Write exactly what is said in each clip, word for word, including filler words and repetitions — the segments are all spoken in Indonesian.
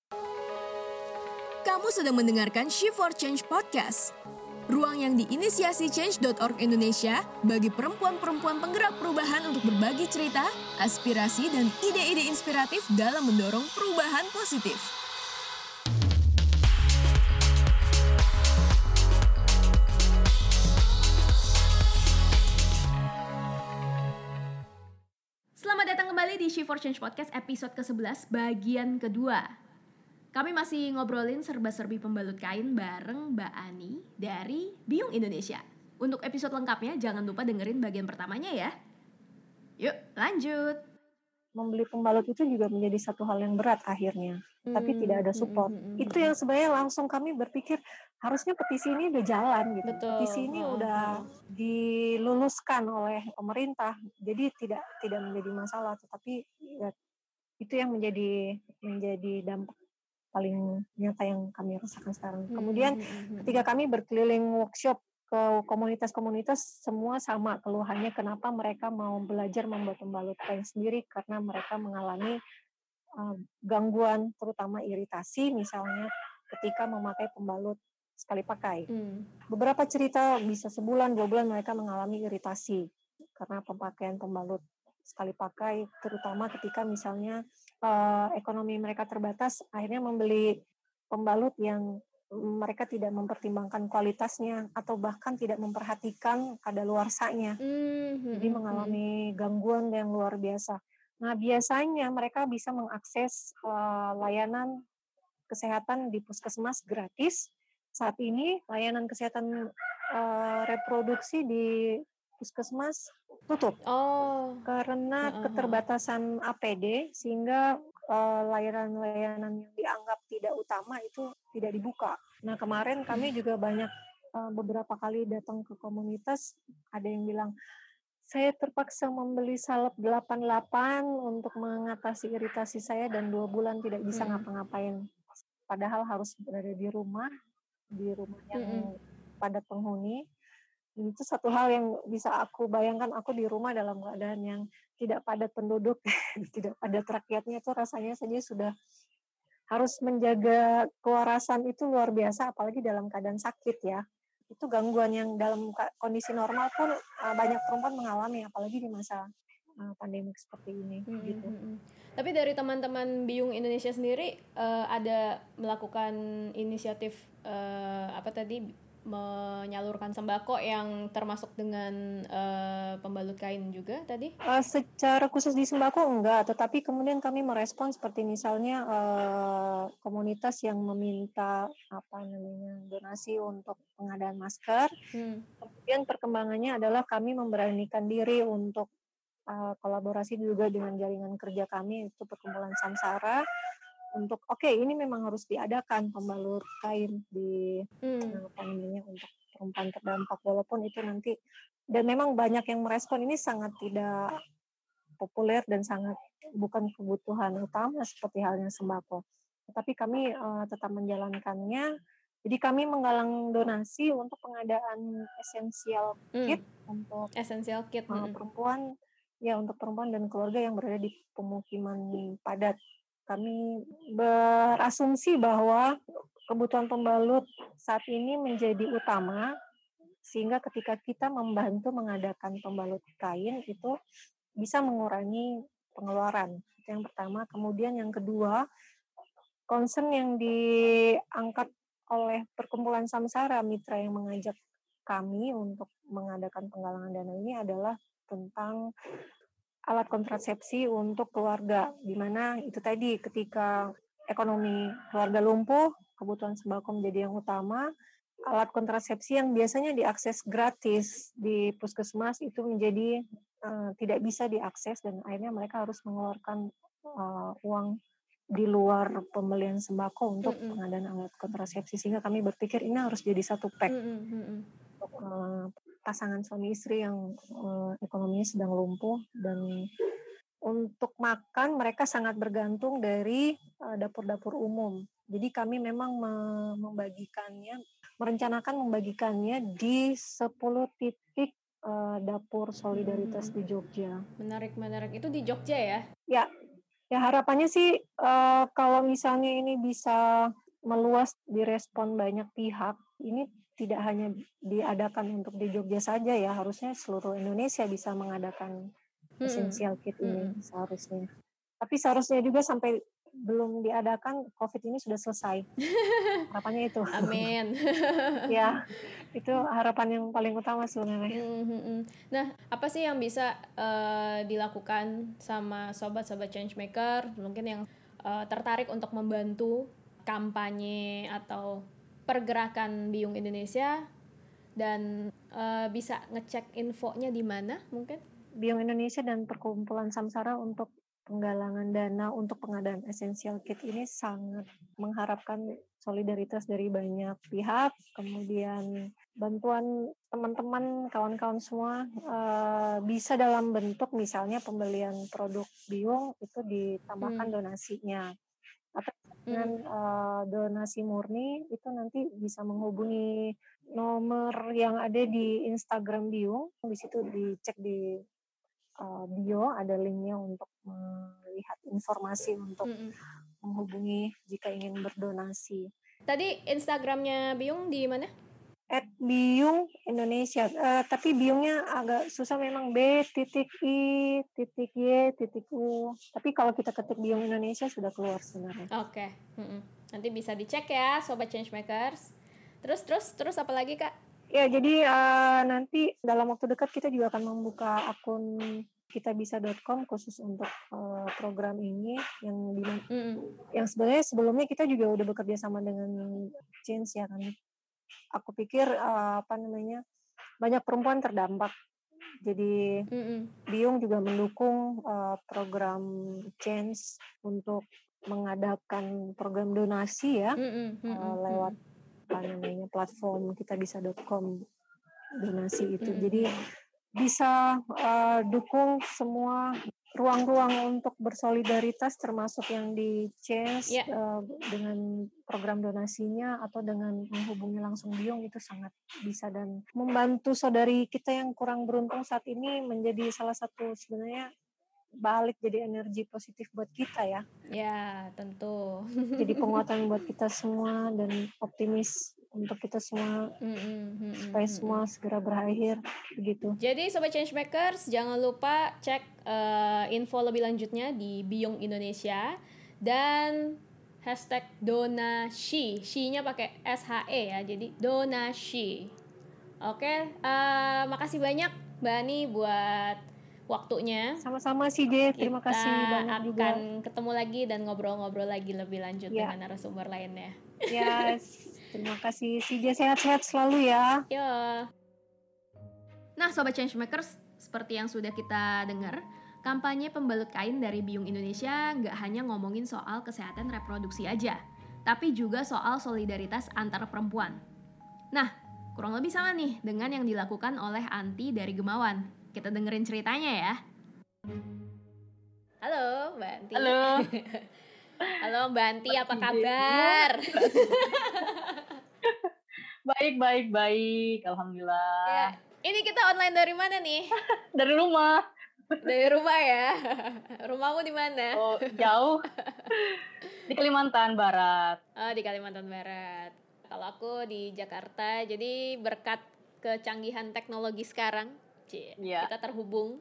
Kamu sedang mendengarkan She for Change Podcast, ruang yang diinisiasi change dot org Indonesia bagi perempuan-perempuan penggerak perubahan untuk berbagi cerita, aspirasi, dan ide-ide inspiratif dalam mendorong perubahan positif. Selamat datang kembali di She for Change Podcast episode kesebelas bagian kedua. Kami masih ngobrolin serba-serbi pembalut kain bareng Mbak Ani dari Biyung Indonesia. Untuk episode lengkapnya jangan lupa dengerin bagian pertamanya ya. Yuk lanjut. Membeli pembalut itu juga menjadi satu hal yang berat akhirnya, hmm, tapi tidak ada support. Hmm, hmm, hmm, itu yang sebenarnya langsung kami berpikir harusnya petisi ini udah jalan gitu. Betul. Petisi ini uh, udah uh. diluluskan oleh pemerintah, jadi tidak tidak menjadi masalah. Tetapi ya, itu yang menjadi menjadi dampak paling nyata yang kami rasakan sekarang. Hmm, Kemudian hmm, hmm, ketika kami berkeliling workshop ke komunitas-komunitas, semua sama keluhannya kenapa mereka mau belajar membuat pembalut kain sendiri, karena mereka mengalami uh, gangguan, terutama iritasi misalnya ketika memakai pembalut sekali pakai. Hmm. Beberapa cerita bisa sebulan, dua bulan mereka mengalami iritasi karena pemakaian pembalut sekali pakai, terutama ketika misalnya uh, ekonomi mereka terbatas, akhirnya membeli pembalut yang mereka tidak mempertimbangkan kualitasnya atau bahkan tidak memperhatikan kadaluarsanya. Mm-hmm. Jadi mengalami gangguan yang luar biasa. Nah, biasanya mereka bisa mengakses uh, layanan kesehatan di puskesmas gratis. Saat ini layanan kesehatan uh, reproduksi di puskesmas tutup. Oh. Karena uh-huh. keterbatasan A P D, sehingga uh, layanan-layanan yang dianggap tidak utama itu tidak dibuka. Nah, kemarin kami juga banyak uh, beberapa kali datang ke komunitas, ada yang bilang, saya terpaksa membeli salep delapan delapan untuk mengatasi iritasi saya dan dua bulan tidak bisa hmm. ngapa-ngapain. Padahal harus berada di rumah, di rumah yang hmm. padat penghuni. Itu satu hal yang bisa aku bayangkan, aku di rumah dalam keadaan yang tidak padat penduduk, tidak padat rakyatnya, itu rasanya saja sudah harus menjaga kewarasan itu luar biasa, apalagi dalam keadaan sakit ya. Itu gangguan yang dalam kondisi normal pun uh, banyak perempuan mengalami, apalagi di masa uh, pandemik seperti ini. Hmm, gitu. Hmm. Tapi dari teman-teman Biyung Indonesia sendiri uh, ada melakukan inisiatif uh, apa tadi? menyalurkan sembako yang termasuk dengan uh, pembalut kain juga tadi? Uh, secara khusus di sembako enggak, tetapi kemudian kami merespon seperti misalnya uh, komunitas yang meminta apa namanya donasi untuk pengadaan masker. Hmm. Kemudian perkembangannya adalah kami memberanikan diri untuk uh, kolaborasi juga dengan jaringan kerja kami, itu perkumpulan Samsara. Untuk oke okay, ini memang harus diadakan pembalut kain di hmm. apa namanya untuk perempuan terdampak, walaupun itu nanti, dan memang banyak yang merespon ini sangat tidak populer dan sangat bukan kebutuhan utama seperti halnya sembako, tetapi kami uh, tetap menjalankannya. Jadi kami menggalang donasi untuk pengadaan esensial kit hmm. untuk esensial kit uh, perempuan ya, untuk perempuan dan keluarga yang berada di pemukiman padat. Kami berasumsi bahwa kebutuhan pembalut saat ini menjadi utama, sehingga ketika kita membantu mengadakan pembalut kain itu bisa mengurangi pengeluaran. Itu yang pertama. Kemudian yang kedua, concern yang diangkat oleh perkumpulan Samsara, mitra yang mengajak kami untuk mengadakan penggalangan dana ini adalah tentang alat kontrasepsi untuk keluarga, di mana itu tadi ketika ekonomi keluarga lumpuh, kebutuhan sembako menjadi yang utama. Alat kontrasepsi yang biasanya diakses gratis di puskesmas itu menjadi uh, tidak bisa diakses, dan akhirnya mereka harus mengeluarkan uh, uang di luar pembelian sembako untuk mm-hmm. pengadaan alat kontrasepsi, sehingga kami berpikir ini harus jadi satu pack mm-hmm. untuk uh, pasangan suami istri yang uh, ekonominya sedang lumpuh. Dan untuk makan mereka sangat bergantung dari uh, dapur-dapur umum. Jadi kami memang me- membagikannya, merencanakan membagikannya di sepuluh titik uh, dapur solidaritas hmm. di Jogja. Menarik, menarik. Itu di Jogja ya? Ya, Ya harapannya sih uh, kalau misalnya ini bisa meluas direspon banyak pihak, ini tidak hanya diadakan untuk di Jogja saja ya, harusnya seluruh Indonesia bisa mengadakan Mm-mm. essential kit ini Mm-mm. seharusnya. Tapi seharusnya juga sampai belum diadakan, COVID ini sudah selesai. Harapannya itu. Amin. Ya, itu harapan yang paling utama sebenarnya. Mm-hmm. Nah, apa sih yang bisa uh, dilakukan sama sobat-sobat changemaker mungkin yang uh, tertarik untuk membantu kampanye atau pergerakan Biyung Indonesia dan uh, bisa ngecek infonya di mana mungkin? Biyung Indonesia dan Perkumpulan Samsara untuk penggalangan dana untuk pengadaan essential kit ini sangat mengharapkan solidaritas dari banyak pihak, kemudian bantuan teman-teman, kawan-kawan semua uh, bisa dalam bentuk misalnya pembelian produk Biyung itu ditambahkan hmm. donasinya. Atau dengan uh, donasi murni itu nanti bisa menghubungi nomor yang ada di Instagram Biyung, di situ dicek di Uh, bio ada linknya untuk melihat informasi untuk mm-hmm. menghubungi jika ingin berdonasi. Tadi Instagramnya Biyung di mana? At Biyung Indonesia. Uh, tapi Biyungnya agak susah memang, B titik I titik Y titik U. Tapi kalau kita ketik Biyung Indonesia sudah keluar sebenarnya. Oke. Okay. Mm-hmm. Nanti bisa dicek ya, sobat changemakers. Terus terus terus apa lagi Kak? Ya, jadi uh, nanti dalam waktu dekat kita juga akan membuka akun kitabisa dot com khusus untuk uh, program ini yang di, mm. yang sebenarnya sebelumnya kita juga udah bekerja sama dengan Change ya kan. Aku pikir uh, apa namanya banyak perempuan terdampak. Jadi mm-mm. Biyung juga mendukung uh, program Change untuk mengadakan program donasi ya mm-mm. Uh, lewat apa namanya platform kitabisa dot com donasi itu. Mm-hmm. Jadi bisa uh, dukung semua ruang-ruang untuk bersolidaritas termasuk yang di Change yeah. uh, dengan program donasinya atau dengan menghubungi langsung Biyung itu sangat bisa dan membantu saudari kita yang kurang beruntung saat ini menjadi salah satu sebenarnya balik jadi energi positif buat kita ya. Ya, tentu. Jadi penguatan buat kita semua dan optimis untuk kita semua mm-hmm. supaya semua segera berakhir begitu. Jadi Sobat Changemakers jangan lupa cek uh, info lebih lanjutnya di Biyung Indonesia dan hashtag donasi, she-nya pakai S H E ya, jadi donasi. Oke, uh, makasih banyak Mbak Ani buat waktunya. Sama-sama sih J, terima kita kasih banyak juga. Kita akan ketemu lagi dan ngobrol-ngobrol lagi lebih lanjut ya. Dengan narasumber lainnya. Yes, terima kasih si J, sehat-sehat selalu ya. Yo. Nah Sobat Changemakers, seperti yang sudah kita dengar, kampanye pembalut kain dari Biyung Indonesia nggak hanya ngomongin soal kesehatan reproduksi aja, tapi juga soal solidaritas antar perempuan. Nah, kurang lebih sama nih dengan yang dilakukan oleh Anti dari Gemawan. Kita dengerin ceritanya ya. Halo Mbak Anti. Halo. Halo Mbak Anti, apa kabar? Baik, baik, baik. Alhamdulillah. Ya. Ini kita online dari mana nih? Dari rumah. Dari rumah ya. Rumahmu di mana? Oh, jauh. Di Kalimantan Barat. Oh, di Kalimantan Barat. Kalau aku di Jakarta, jadi berkat kecanggihan teknologi sekarang, ya. Kita terhubung.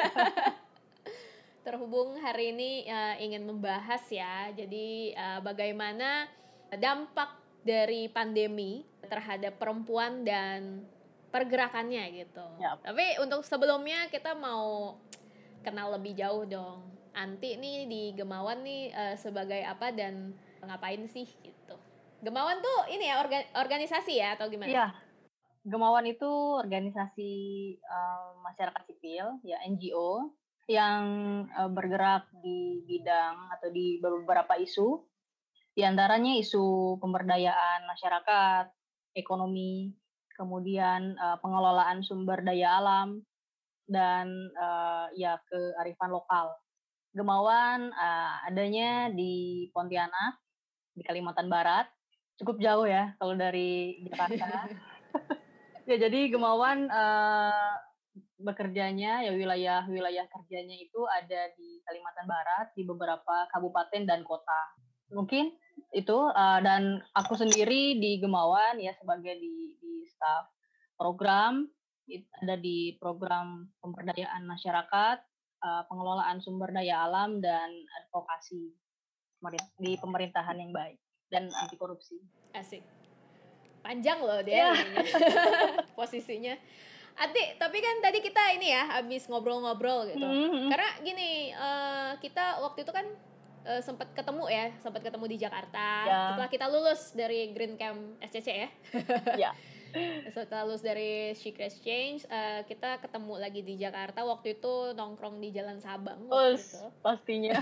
Terhubung hari ini uh, ingin membahas ya. Jadi uh, bagaimana dampak dari pandemi terhadap perempuan dan pergerakannya gitu. Ya. Tapi untuk sebelumnya kita mau kenal lebih jauh dong. Anti nih di Gemawan nih uh, sebagai apa dan ngapain sih gitu. Gemawan tuh ini ya orga, organisasi ya atau gimana? Iya. Gemawan itu organisasi uh, masyarakat sipil, ya N G O yang uh, bergerak di bidang atau di beberapa isu, di antaranya isu pemberdayaan masyarakat, ekonomi, kemudian uh, pengelolaan sumber daya alam dan uh, ya kearifan lokal. Gemawan uh, adanya di Pontianak, di Kalimantan Barat, cukup jauh ya kalau dari Jakarta. Ya, jadi Gemawan uh, bekerjanya, ya wilayah-wilayah kerjanya itu ada di Kalimantan Barat, di beberapa kabupaten dan kota. Mungkin itu, uh, dan aku sendiri di Gemawan ya sebagai di, di staf program, ada di program pemberdayaan masyarakat, uh, pengelolaan sumber daya alam, dan advokasi di pemerintahan yang baik dan anti korupsi. Asik. Panjang loh dia yeah. ininya. Posisinya. Ati, tapi kan tadi kita ini ya habis ngobrol-ngobrol gitu. Mm-hmm. Karena gini, uh, kita waktu itu kan uh, sempat ketemu ya, sempat ketemu di Jakarta. Yeah. Setelah kita lulus dari Green Camp S C C ya. Yeah. Setelah lulus dari She Crash Change, uh, kita ketemu lagi di Jakarta. Waktu itu nongkrong di Jalan Sabang. Oh, gitu. Pastinya.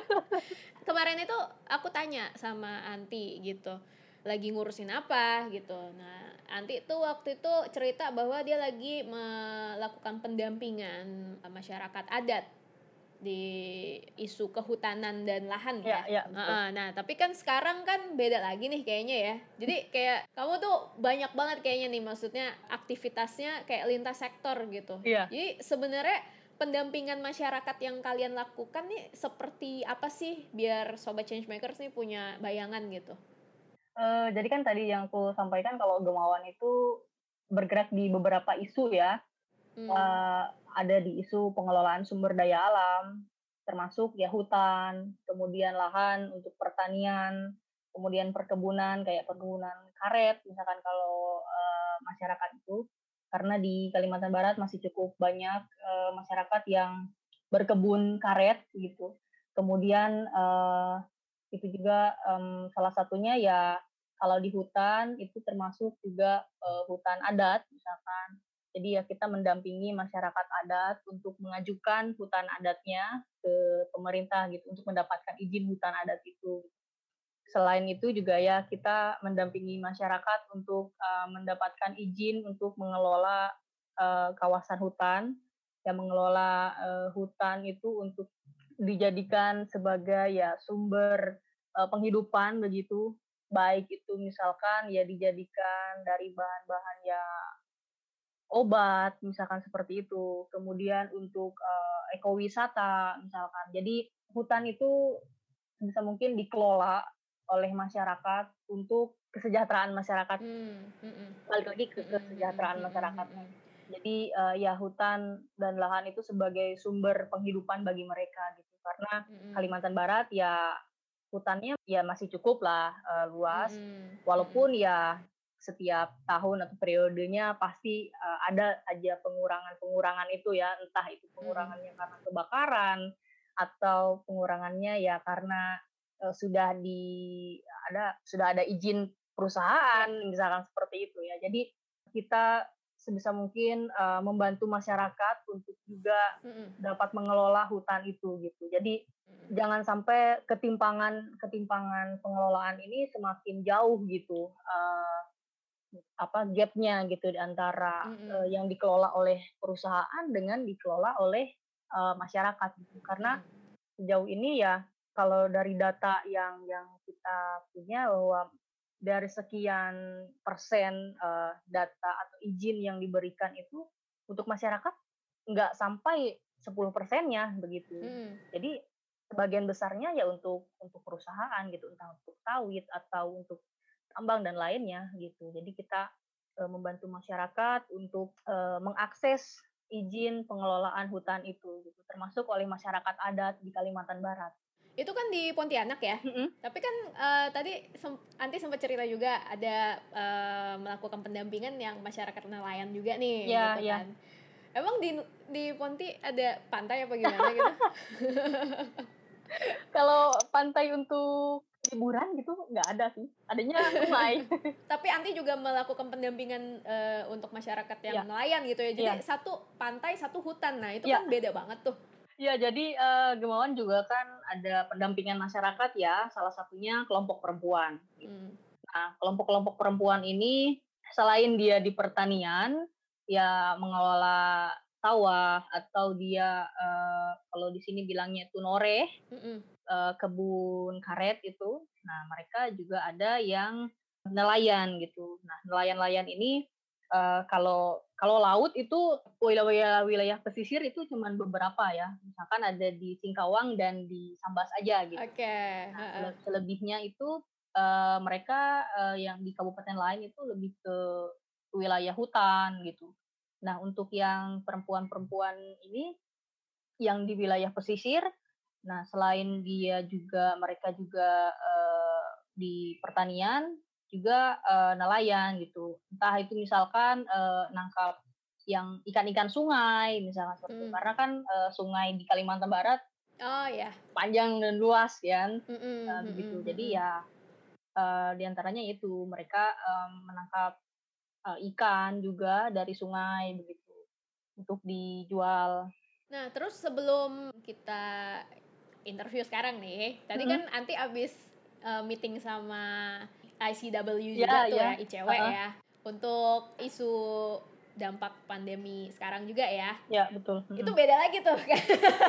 Kemarin itu aku tanya sama Anti gitu, lagi ngurusin apa gitu. Nah, Anti tuh waktu itu cerita bahwa dia lagi melakukan pendampingan masyarakat adat di isu kehutanan dan lahan ya. ya, ya nah, nah, tapi kan sekarang kan beda lagi nih kayaknya ya. Jadi kayak kamu tuh banyak banget kayaknya nih, maksudnya aktivitasnya kayak lintas sektor gitu. Ya. Jadi sebenarnya pendampingan masyarakat yang kalian lakukan nih seperti apa sih, biar Sobat Changemakers nih punya bayangan gitu? Uh, jadi kan tadi yang aku sampaikan kalau Gemawan itu bergerak di beberapa isu ya. Hmm. Uh, ada di isu pengelolaan sumber daya alam, termasuk ya hutan, kemudian lahan untuk pertanian, kemudian perkebunan kayak perkebunan karet, misalkan kalau uh, masyarakat itu, karena di Kalimantan Barat masih cukup banyak uh, masyarakat yang berkebun karet gitu. Kemudian uh, itu juga um, salah satunya ya kalau di hutan itu termasuk juga uh, hutan adat misalkan. Jadi ya kita mendampingi masyarakat adat untuk mengajukan hutan adatnya ke pemerintah gitu untuk mendapatkan izin hutan adat itu. Selain itu juga ya kita mendampingi masyarakat untuk uh, mendapatkan izin untuk mengelola uh, kawasan hutan, yang mengelola uh, hutan itu untuk dijadikan sebagai ya sumber uh, penghidupan begitu. Baik itu misalkan ya dijadikan dari bahan-bahan ya obat, misalkan seperti itu. Kemudian untuk uh, ekowisata, misalkan. Jadi hutan itu bisa mungkin dikelola oleh masyarakat untuk kesejahteraan masyarakat. Hmm, hmm, Balik lagi ke kesejahteraan hmm, masyarakat. Hmm, hmm. Jadi uh, ya hutan dan lahan itu sebagai sumber penghidupan bagi mereka gitu. Karena hmm. Kalimantan Barat ya hutannya ya masih cukup lah uh, luas, hmm. walaupun ya setiap tahun atau periodenya pasti uh, ada aja pengurangan-pengurangan itu ya, entah itu pengurangannya karena kebakaran atau pengurangannya ya karena uh, sudah di ada sudah ada izin perusahaan misalkan seperti itu ya. Jadi kita sebisa mungkin uh, membantu masyarakat untuk juga mm-hmm. dapat mengelola hutan itu gitu. Jadi mm-hmm. jangan sampai ketimpangan ketimpangan pengelolaan ini semakin jauh gitu. Uh, apa gapnya gitu di antara mm-hmm. uh, yang dikelola oleh perusahaan dengan dikelola oleh uh, masyarakat gitu. Karena sejauh ini ya kalau dari data yang yang kita punya bahwa dari sekian persen uh, data atau izin yang diberikan itu untuk masyarakat nggak sampai sepuluh persennya begitu. Mm. Jadi sebagian besarnya ya untuk untuk perusahaan gitu, entah untuk sawit atau untuk tambang dan lainnya gitu. Jadi kita e, membantu masyarakat untuk e, mengakses izin pengelolaan hutan itu gitu, termasuk oleh masyarakat adat di Kalimantan Barat. Itu kan di Pontianak ya. Mm-hmm. Tapi kan e, tadi sem- Anti sempat cerita juga ada e, melakukan pendampingan yang masyarakat nelayan juga nih yeah, gitu yeah. kan. Emang di di Ponti ada pantai apa gimana gitu? Kalau pantai untuk liburan gitu nggak ada sih, adanya sungai. Tapi Anti juga melakukan pendampingan uh, untuk masyarakat yang ya. nelayan gitu ya. Jadi ya. satu pantai satu hutan, nah itu ya. kan beda banget tuh. Ya jadi uh, Gemawan juga kan ada pendampingan masyarakat ya, salah satunya kelompok perempuan. Hmm. Nah kelompok-kelompok perempuan ini selain dia di pertanian, ya mengelola sawah atau dia uh, kalau di sini bilangnya itu noreh. Mm-mm. Kebun karet itu, nah mereka juga ada yang nelayan gitu. Nah nelayan-nelayan ini uh, kalau kalau laut itu wilayah-wilayah pesisir itu cuma beberapa ya. Misalkan ada di Singkawang dan di Sambas aja gitu. Oke. Okay. Nah, sele- selebihnya itu uh, mereka uh, yang di kabupaten lain itu lebih ke wilayah hutan gitu. Nah, untuk yang perempuan-perempuan ini yang di wilayah pesisir, nah selain dia juga mereka juga uh, di pertanian, juga uh, nelayan gitu. Entah itu misalkan uh, nangkap yang ikan-ikan sungai misalkan seperti hmm. karena kan uh, sungai di Kalimantan Barat oh ya panjang dan luas kan, mm-mm, uh, begitu. Mm-mm. Jadi ya uh, diantaranya itu mereka um, menangkap uh, ikan juga dari sungai begitu untuk dijual. Nah, terus sebelum kita interview sekarang nih, tadi mm-hmm. kan Anti abis uh, meeting sama I C W juga yeah, tuh yeah. ya, I C W uh-huh. ya, untuk isu dampak pandemi sekarang juga ya. Ya, betul. Mm-hmm. Itu beda lagi tuh kan.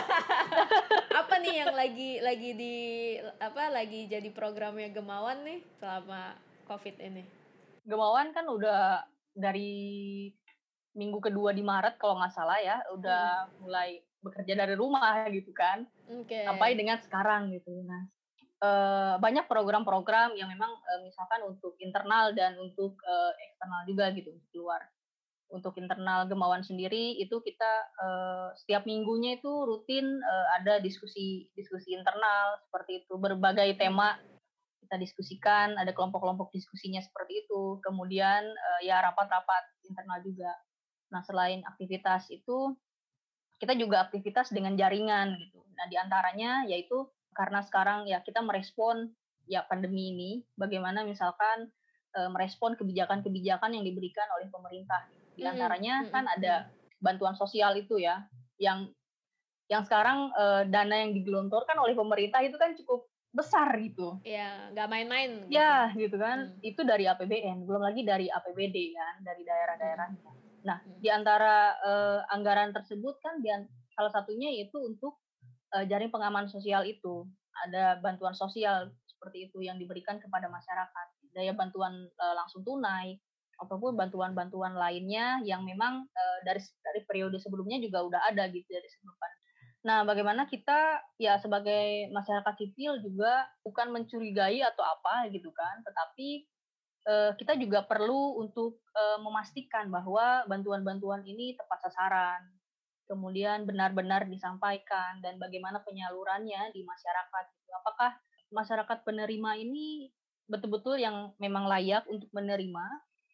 Apa nih yang lagi lagi di apa lagi jadi programnya Gemawan nih selama Covid ini? Gemawan kan udah dari minggu kedua di Maret kalau nggak salah ya, udah hmm. mulai bekerja dari rumah gitu kan, okay. sampai dengan sekarang gitu. Nah, e, banyak program-program yang memang e, misalkan untuk internal dan untuk e, eksternal juga gitu, untuk luar. Untuk internal Gemawan sendiri itu kita e, setiap minggunya itu rutin e, ada diskusi-diskusi internal seperti itu, berbagai tema kita diskusikan, ada kelompok-kelompok diskusinya seperti itu. Kemudian e, ya rapat-rapat internal juga. Nah, selain aktivitas itu, kita juga aktivitas dengan jaringan gitu. Nah, diantaranya yaitu karena sekarang ya kita merespon ya pandemi ini, bagaimana misalkan e, merespon kebijakan-kebijakan yang diberikan oleh pemerintah. Di antaranya mm-hmm. kan ada bantuan sosial itu ya, yang yang sekarang e, dana yang digelontorkan oleh pemerintah itu kan cukup besar gitu. Iya, nggak main-main. Gitu. Ya, gitu kan. Hmm. Itu dari A P B N, belum lagi dari A P B D kan, dari daerah-daerahnya. Nah, di antara uh, anggaran tersebut kan di, salah satunya yaitu untuk uh, jaring pengaman sosial itu. Ada bantuan sosial seperti itu yang diberikan kepada masyarakat. Daya bantuan uh, langsung tunai ataupun bantuan-bantuan lainnya yang memang uh, dari dari periode sebelumnya juga udah ada gitu dari sebelumnya. Nah, bagaimana kita ya sebagai masyarakat sipil juga bukan mencurigai atau apa gitu kan, tetapi Uh, kita juga perlu untuk uh, memastikan bahwa bantuan-bantuan ini tepat sasaran, kemudian benar-benar disampaikan dan bagaimana penyalurannya di masyarakat. Apakah masyarakat penerima ini betul-betul yang memang layak untuk menerima?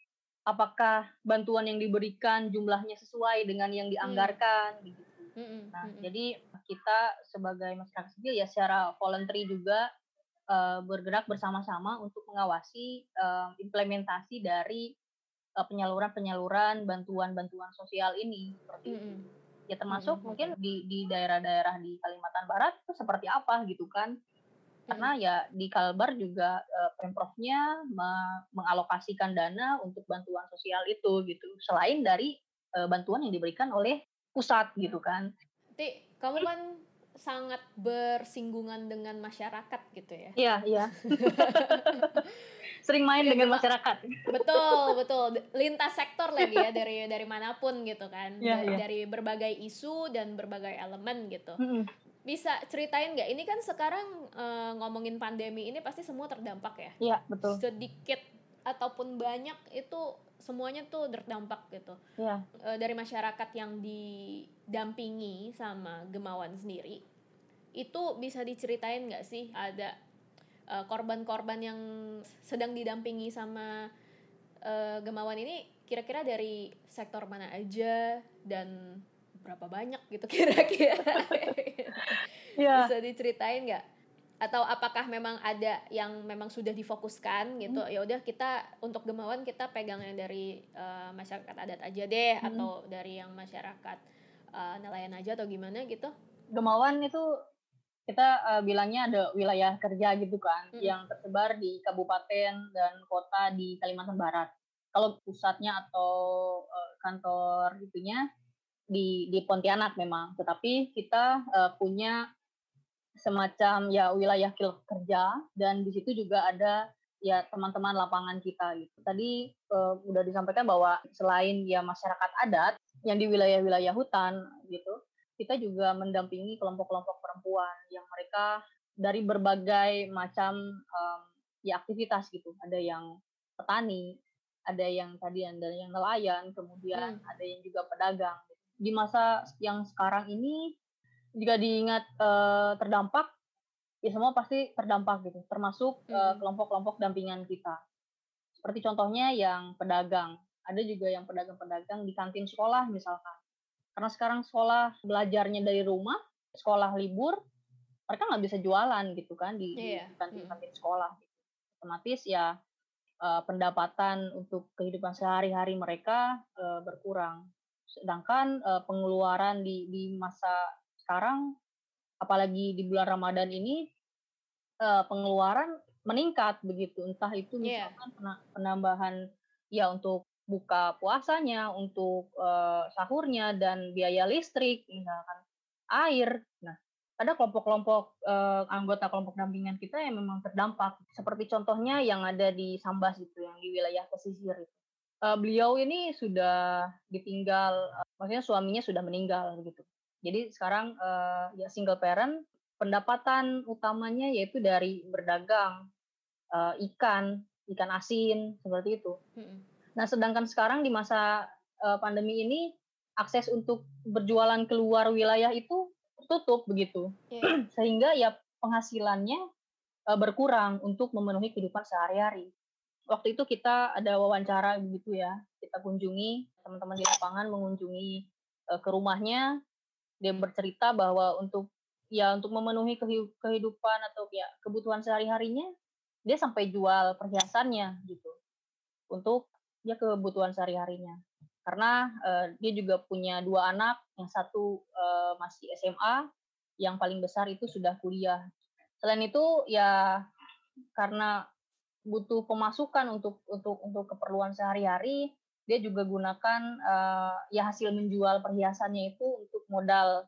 Apakah bantuan yang diberikan jumlahnya sesuai dengan yang dianggarkan? Hmm. Gitu. Nah, hmm. jadi kita sebagai masyarakat sipil ya secara voluntary juga Uh, bergerak bersama-sama untuk mengawasi uh, implementasi dari uh, penyaluran-penyaluran bantuan-bantuan sosial ini seperti mm-hmm. itu. Ya termasuk mm-hmm. mungkin di di daerah-daerah di Kalimantan Barat itu seperti apa gitu kan. Mm-hmm. Karena ya di Kalbar juga uh, Pemprovnya me- mengalokasikan dana untuk bantuan sosial itu gitu. Selain dari uh, bantuan yang diberikan oleh pusat gitu kan. Ti, kamu kan sangat bersinggungan dengan masyarakat gitu ya. Iya, iya. Sering main ya, dengan masyarakat. Betul, betul. Lintas sektor lagi ya dari dari manapun gitu kan. Ya, dari, ya. dari berbagai isu dan berbagai elemen gitu. Mm-hmm. Bisa ceritain nggak? Ini kan sekarang uh, ngomongin pandemi ini pasti semua terdampak ya. Iya, betul. Sedikit ataupun banyak itu semuanya tuh terdampak gitu. Ya. E, dari masyarakat yang didampingi sama Gemawan sendiri, itu bisa diceritain nggak sih ada e, korban-korban yang sedang didampingi sama e, Gemawan ini kira-kira dari sektor mana aja dan berapa banyak gitu kira-kira? Ya. Bisa diceritain nggak? Atau apakah memang ada yang memang sudah difokuskan gitu, hmm. ya udah kita untuk Gemawan kita pegang yang dari uh, masyarakat adat aja deh, hmm. atau dari yang masyarakat uh, nelayan aja atau gimana gitu? Gemawan itu kita uh, bilangnya ada wilayah kerja gitu kan, hmm. yang tersebar di kabupaten dan kota di Kalimantan Barat. Kalau pusatnya atau uh, kantor itunya di di Pontianak memang, tetapi kita uh, punya semacam ya wilayah kerja dan di situ juga ada ya teman-teman lapangan kita gitu. Tadi uh, udah disampaikan bahwa selain ya masyarakat adat yang di wilayah-wilayah hutan gitu, kita juga mendampingi kelompok-kelompok perempuan yang mereka dari berbagai macam um, ya aktivitas gitu. Ada yang petani, ada yang tadi ada yang nelayan, kemudian hmm. ada yang juga pedagang. Di masa yang sekarang ini jika diingat uh, terdampak, ya semua pasti terdampak gitu, termasuk hmm. uh, kelompok-kelompok dampingan kita. Seperti contohnya yang pedagang, ada juga yang pedagang-pedagang di kantin sekolah misalkan. Karena sekarang sekolah belajarnya dari rumah, sekolah libur, mereka nggak bisa jualan gitu kan di, yeah. di kantin-kantin hmm. sekolah. Otomatis ya uh, pendapatan untuk kehidupan sehari-hari mereka uh, berkurang. Sedangkan uh, pengeluaran di, di masa sekarang, apalagi di bulan Ramadan ini, uh, pengeluaran meningkat begitu. Entah itu misalkan yeah. penambahan ya untuk buka puasanya, untuk uh, sahurnya, dan biaya listrik, misalkan air. Nah, ada kelompok-kelompok uh, anggota kelompok dampingan kita yang memang terdampak. Seperti contohnya yang ada di Sambas itu, yang di wilayah pesisir itu. Uh, beliau ini sudah ditinggal, uh, maksudnya suaminya sudah meninggal gitu. Jadi sekarang uh, ya single parent, pendapatan utamanya yaitu dari berdagang uh, ikan, ikan asin seperti itu. Hmm. Nah, sedangkan sekarang di masa uh, pandemi ini akses untuk berjualan keluar wilayah itu tutup begitu, yeah. Sehingga ya penghasilannya uh, berkurang untuk memenuhi kehidupan sehari-hari. Waktu itu kita ada wawancara begitu ya, kita kunjungi teman-teman di lapangan, mengunjungi uh, ke rumahnya, dia bercerita bahwa untuk ya untuk memenuhi kehidupan atau ya kebutuhan sehari-harinya, dia sampai jual perhiasannya gitu untuk dia kebutuhan sehari-harinya. Karena uh, dia juga punya dua anak, yang satu uh, masih S M A, yang paling besar itu sudah kuliah. Selain itu ya karena butuh pemasukan untuk untuk untuk keperluan sehari-hari, dia juga gunakan uh, ya hasil menjual perhiasannya itu untuk modal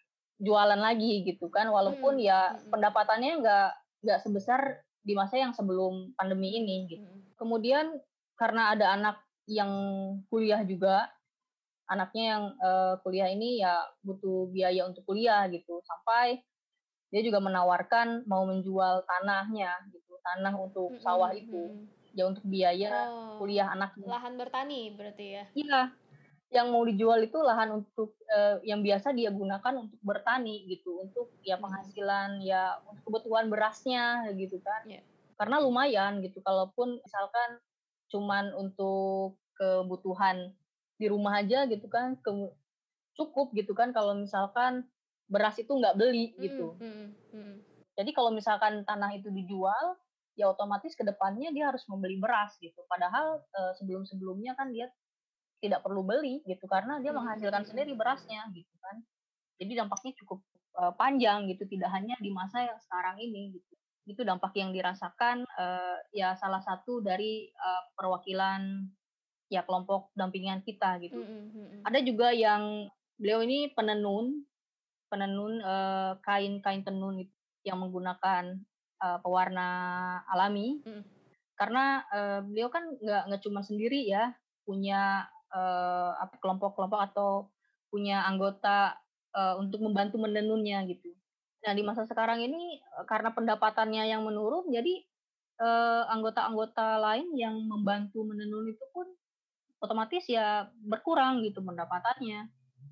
jualan lagi gitu kan, walaupun hmm. ya pendapatannya nggak nggak sebesar di masa yang sebelum pandemi ini gitu. Kemudian karena ada anak yang kuliah juga, anaknya yang uh, kuliah ini ya butuh biaya untuk kuliah gitu, sampai dia juga menawarkan mau menjual tanahnya gitu, tanah untuk sawah mm-hmm. itu, ya untuk biaya oh, kuliah anaknya. Lahan bertani berarti ya? Iya, yang mau dijual itu lahan untuk uh, yang biasa dia gunakan untuk bertani gitu, untuk ya penghasilan, mm-hmm. ya untuk kebutuhan berasnya gitu kan. Yeah. Karena lumayan gitu, kalaupun misalkan cuman untuk kebutuhan di rumah aja gitu kan, ke, cukup gitu kan kalau misalkan beras itu nggak beli gitu. Mm, mm, mm. Jadi kalau misalkan tanah itu dijual, ya otomatis ke depannya dia harus membeli beras gitu. Padahal eh, sebelum-sebelumnya kan dia tidak perlu beli gitu, karena dia menghasilkan mm, sendiri berasnya gitu kan. Jadi dampaknya cukup uh, panjang gitu, tidak hanya di masa yang sekarang ini gitu. Itu dampak yang dirasakan uh, ya salah satu dari uh, perwakilan ya kelompok dampingan kita gitu. Mm-hmm. Ada juga yang beliau ini penenun, penenun uh, kain-kain tenun itu, yang menggunakan uh, pewarna alami. Mm. Karena uh, beliau kan nggak nggak cuma sendiri ya, punya uh, apa kelompok-kelompok atau punya anggota uh, untuk membantu menenunnya gitu. Nah, di masa sekarang ini karena pendapatannya yang menurun, jadi eh, anggota-anggota lain yang membantu menenun itu pun otomatis ya berkurang gitu pendapatannya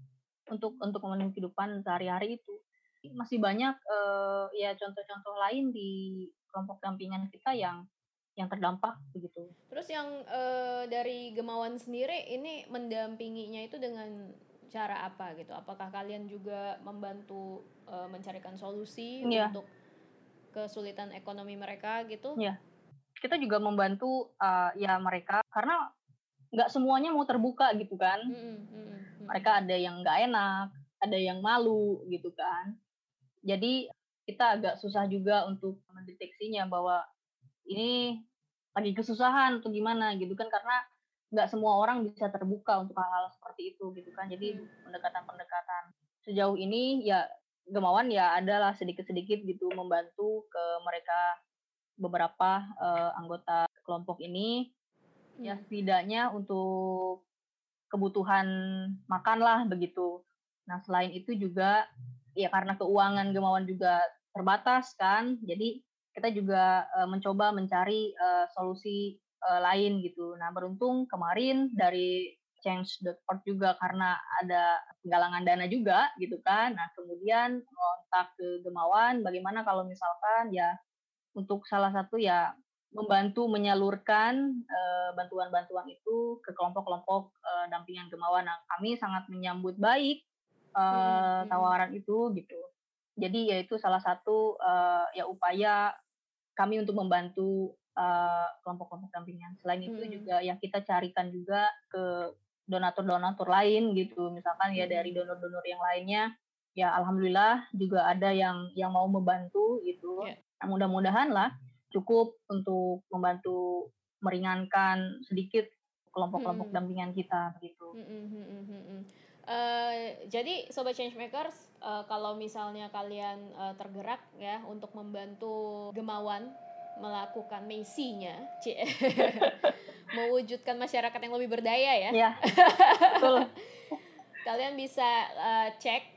untuk untuk memenuhi kehidupan sehari-hari itu. Masih banyak eh, ya contoh-contoh lain di kelompok dampingan kita yang yang terdampak begitu. Terus yang eh, dari Gemawan sendiri ini mendampinginya itu dengan cara apa gitu? Apakah kalian juga membantu uh, mencarikan solusi yeah. untuk kesulitan ekonomi mereka gitu? Iya, yeah. Kita juga membantu uh, ya mereka, karena nggak semuanya mau terbuka gitu kan. Mm-hmm, mm-hmm. Mereka ada yang nggak enak, ada yang malu gitu kan. Jadi kita agak susah juga untuk mendeteksinya bahwa ini lagi kesusahan atau gimana gitu kan, karena nggak semua orang bisa terbuka untuk hal-hal seperti itu gitu kan. Jadi hmm. pendekatan-pendekatan sejauh ini ya Gemawan ya adalah sedikit-sedikit gitu membantu ke mereka beberapa uh, anggota kelompok ini hmm. ya setidaknya untuk kebutuhan makan lah begitu. Nah selain itu juga ya karena keuangan Gemawan juga terbatas kan, jadi kita juga uh, mencoba mencari uh, solusi uh, lain gitu. Nah beruntung kemarin dari change dot org juga karena ada penggalangan dana juga gitu kan. Nah kemudian kontak ke Gemawan bagaimana kalau misalkan ya untuk salah satu ya membantu menyalurkan uh, bantuan-bantuan itu ke kelompok-kelompok uh, dampingan Gemawan. Nah kami sangat menyambut baik uh, hmm. tawaran itu gitu. Jadi ya itu salah satu uh, ya upaya kami untuk membantu uh, kelompok-kelompok dampingan. Selain itu hmm. juga yang kita carikan juga ke donatur-donatur lain gitu, misalkan ya dari donor-donor yang lainnya, ya alhamdulillah juga ada yang yang mau membantu gitu. Yeah. Nah, mudah-mudahan lah cukup untuk membantu meringankan sedikit kelompok-kelompok hmm. dampingan kita gitu. Hmm, hmm, hmm, hmm. Uh, jadi Sobat Changemakers, uh, kalau misalnya kalian uh, tergerak ya untuk membantu Gemawan melakukan misinya, mewujudkan masyarakat yang lebih berdaya ya. Iya. Betul. Kalian bisa uh, cek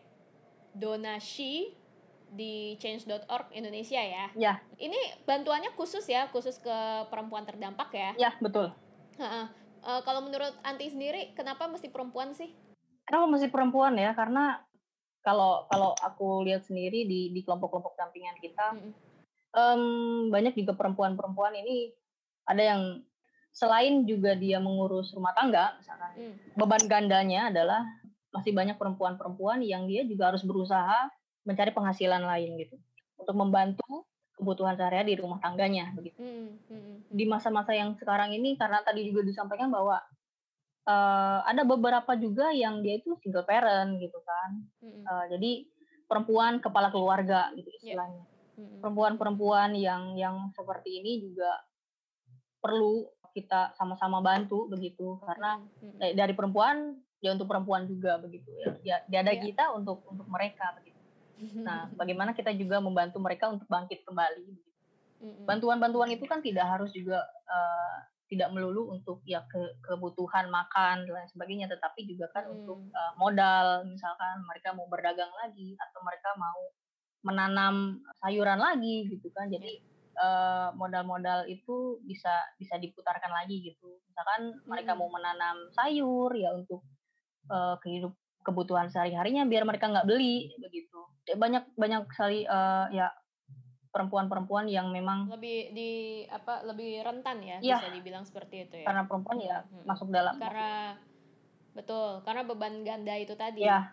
donasi di change dot org Indonesia ya. Iya. Ini bantuannya khusus ya, khusus ke perempuan terdampak ya. Iya, betul. Uh, uh, kalau menurut Anti sendiri, kenapa mesti perempuan sih? Kenapa mesti perempuan ya? Karena kalau kalau aku lihat sendiri di di kelompok-kelompok dampingan kita, mm-hmm. um, banyak juga perempuan-perempuan ini ada yang selain juga dia mengurus rumah tangga, misalkan mm. beban gandanya adalah masih banyak perempuan-perempuan yang dia juga harus berusaha mencari penghasilan lain gitu untuk membantu kebutuhan sehari-hari di rumah tangganya begitu. Mm, mm, mm. Di masa-masa yang sekarang ini karena tadi juga disampaikan bahwa uh, ada beberapa juga yang dia itu single parent gitu kan. Mm, uh, jadi perempuan kepala keluarga gitu istilahnya. Yeah. Mm, perempuan-perempuan yang yang seperti ini juga perlu kita sama-sama bantu begitu karena mm, mm. dari perempuan ya untuk perempuan juga begitu ya. Ya ada yeah. kita untuk untuk mereka begitu. Nah, bagaimana kita juga membantu mereka untuk bangkit kembali. Bantuan-bantuan itu kan tidak harus juga uh, tidak melulu untuk ya ke, kebutuhan makan dan lain sebagainya, tetapi juga kan mm. untuk uh, modal, misalkan mereka mau berdagang lagi atau mereka mau menanam sayuran lagi gitu kan. Jadi uh, modal-modal itu bisa bisa diputarkan lagi gitu. Misalkan mm. mereka mau menanam sayur ya untuk uh, kehidupan kebutuhan sehari-harinya biar mereka nggak beli begitu. Banyak banyak sekali uh, ya perempuan-perempuan yang memang lebih di apa lebih rentan ya, ya bisa dibilang seperti itu ya. Karena perempuan ya hmm. masuk dalam karena masuk. Betul, karena beban ganda itu tadi. Ya.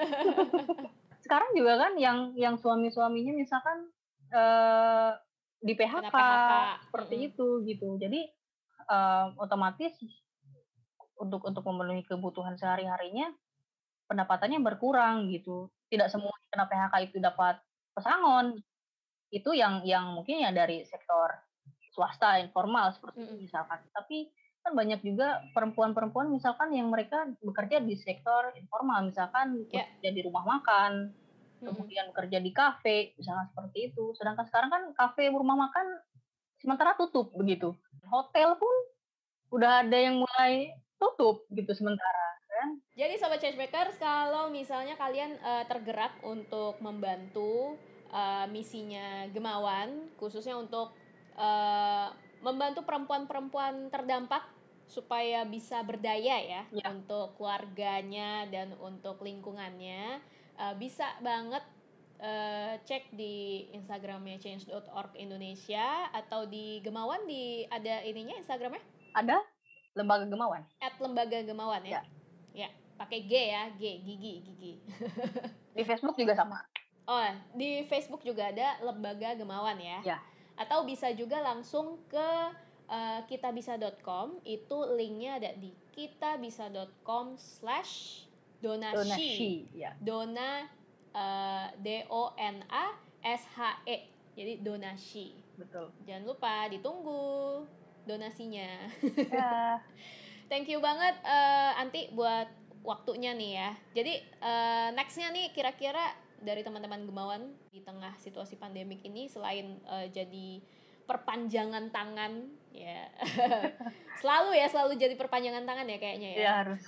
Sekarang juga kan yang yang suami-suaminya misalkan uh, di P H K, P H K seperti mm-hmm. itu gitu. Jadi uh, otomatis untuk untuk memenuhi kebutuhan sehari-harinya pendapatannya berkurang gitu. Tidak semua kena P H K itu dapat pesangon. Itu yang yang mungkin ya dari sektor swasta informal seperti itu misalkan. Tapi kan banyak juga perempuan-perempuan misalkan yang mereka bekerja di sektor informal, misalkan yeah. bekerja di rumah makan, mm-hmm. kemudian bekerja di kafe, misalkan seperti itu. Sedangkan sekarang kan kafe rumah makan sementara tutup begitu. Hotel pun udah ada yang mulai tutup gitu sementara. Jadi Sobat Changemakers, kalau misalnya kalian uh, tergerak untuk membantu uh, misinya Gemawan, khususnya untuk uh, membantu perempuan-perempuan terdampak supaya bisa berdaya ya, ya. Untuk keluarganya dan untuk lingkungannya, uh, bisa banget uh, cek di Instagramnya change dot org Indonesia atau di Gemawan di ada ininya Instagramnya? Ada, Lembaga Gemawan. At Lembaga Gemawan ya. Ya. Ya. Pakai G ya, G, gigi, gigi. Di Facebook juga sama. Oh, di Facebook juga ada Lembaga Gemawan ya. Ya. Atau bisa juga langsung ke uh, kitabisa dot com, itu linknya ada di kitabisa dot com slash donasi. Donasi, ya. Dona, uh, D O N A S H E. Jadi donasi. Betul. Jangan lupa ditunggu donasinya. Ya. Thank you banget uh, Anti buat waktunya nih ya. Jadi uh, nextnya nih kira-kira dari teman-teman Gemawan di tengah situasi pandemik ini selain uh, jadi perpanjangan tangan ya. Selalu ya, selalu jadi perpanjangan tangan ya kayaknya ya. Iya harus.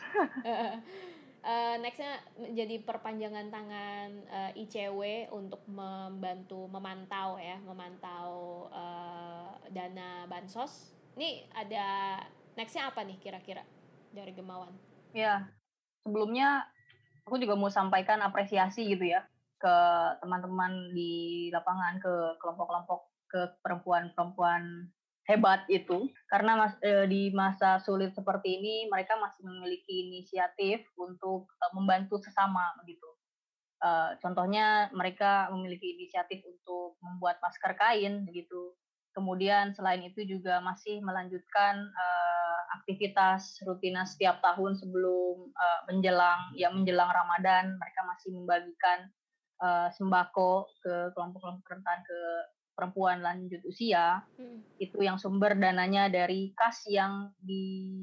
Uh, nextnya menjadi perpanjangan tangan uh, I C W untuk membantu memantau ya, memantau uh, dana bansos. Ini ada nextnya apa nih kira-kira dari Gemawan? Ya, sebelumnya aku juga mau sampaikan apresiasi gitu ya ke teman-teman di lapangan, ke kelompok-kelompok, ke perempuan-perempuan hebat itu, karena mas, e, di masa sulit seperti ini mereka masih memiliki inisiatif untuk e, membantu sesama begitu. E, contohnya mereka memiliki inisiatif untuk membuat masker kain begitu. Kemudian selain itu juga masih melanjutkan e, aktivitas rutinitas setiap tahun sebelum e, menjelang ya menjelang Ramadan, mereka masih membagikan e, sembako ke kelompok-kelompok rentan, ke perempuan lanjut usia. hmm. Itu yang sumber dananya dari kas yang di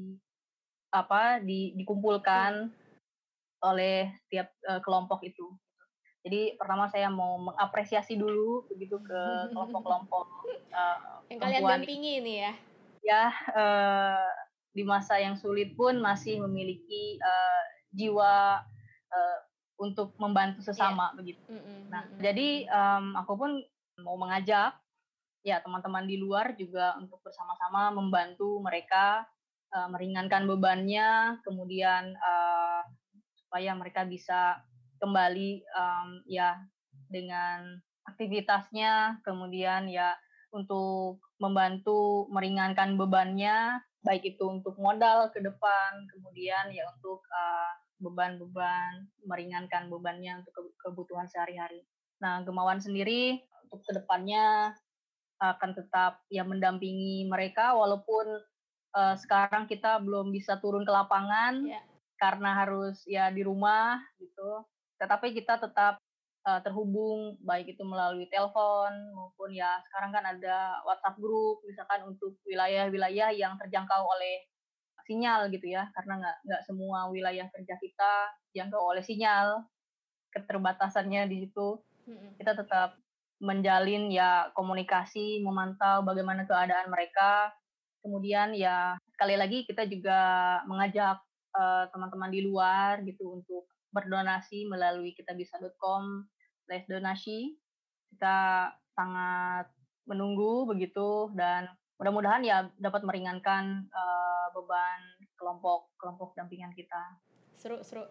apa di, dikumpulkan hmm. oleh setiap uh, kelompok itu. Jadi pertama saya mau mengapresiasi dulu begitu ke kelompok-kelompok uh, yang kalian dampingi ini ya. Ya, uh, di masa yang sulit pun masih memiliki uh, jiwa uh, untuk membantu sesama yeah. begitu. Mm-hmm. Nah, mm-hmm. jadi um, aku pun mau mengajak ya teman-teman di luar juga untuk bersama-sama membantu mereka uh, meringankan bebannya, kemudian uh, supaya mereka bisa kembali um, ya dengan aktivitasnya, kemudian ya untuk membantu meringankan bebannya, baik itu untuk modal ke depan, kemudian ya untuk uh, beban-beban meringankan bebannya untuk kebutuhan sehari-hari. Nah, Gemawan sendiri untuk kedepannya akan tetap ya mendampingi mereka walaupun uh, sekarang kita belum bisa turun ke lapangan yeah. karena harus ya di rumah gitu. Tetapi kita tetap uh, terhubung baik itu melalui telepon maupun ya sekarang kan ada WhatsApp group misalkan untuk wilayah-wilayah yang terjangkau oleh sinyal gitu ya, karena nggak nggak semua wilayah kerja kita dijangkau oleh sinyal, keterbatasannya di situ. Kita tetap menjalin ya komunikasi, memantau bagaimana keadaan mereka. Kemudian ya sekali lagi kita juga mengajak uh, teman-teman di luar gitu untuk berdonasi melalui kitabisa dot com slash donasi. Kita sangat menunggu begitu dan mudah-mudahan ya dapat meringankan uh, beban kelompok-kelompok dampingan kita. Seru-seru.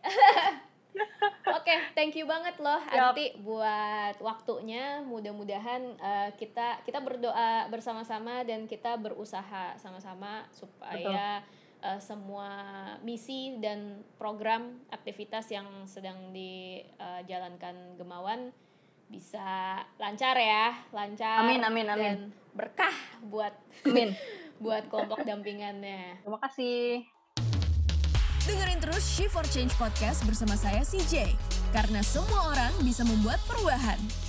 Oke, okay, thank you banget loh Anti buat waktunya. Mudah-mudahan uh, kita kita berdoa bersama-sama dan kita berusaha sama-sama supaya uh, semua misi dan program aktivitas yang sedang dijalankan Gemawan bisa lancar ya, lancar. Amin, amin, amin. Dan berkah buat amin. buat kelompok dampingannya. Terima kasih. Dengerin terus She for Change Podcast bersama saya C J, karena semua orang bisa membuat perubahan.